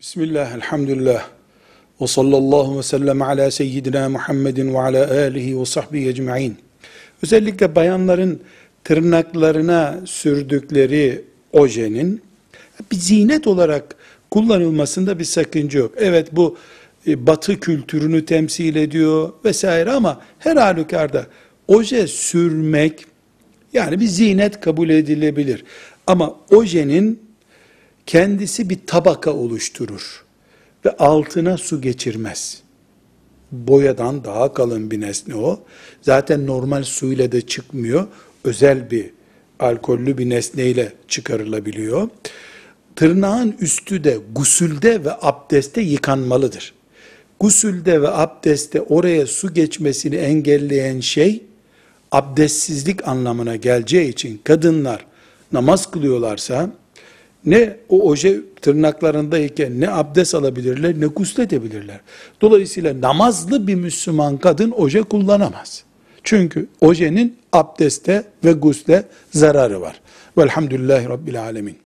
Bismillah, elhamdülillah, ve sallallahu ve sellem ala seyyidina Muhammedin ve ala alihi ve sahbihi ecma'in. Özellikle bayanların tırnaklarına sürdükleri ojenin bir zinet olarak kullanılmasında bir sakınca yok. Evet, bu batı kültürünü temsil ediyor vesaire, ama her halükarda oje sürmek yani bir zinet kabul edilebilir. Ama ojenin kendisi bir tabaka oluşturur ve altına su geçirmez. Boyadan daha kalın bir nesne o. Zaten normal suyla da çıkmıyor. Özel bir alkollü bir nesneyle çıkarılabiliyor. Tırnağın üstü de gusülde ve abdestte yıkanmalıdır. Gusülde ve abdestte oraya su geçmesini engelleyen şey abdestsizlik anlamına geleceği için kadınlar namaz kılıyorlarsa ne o oje tırnaklarındayken ne abdest alabilirler ne gusledebilirler. Dolayısıyla namazlı bir Müslüman kadın oje kullanamaz. Çünkü ojenin abdeste ve gusle zararı var. Velhamdülillahi Rabbil Alemin.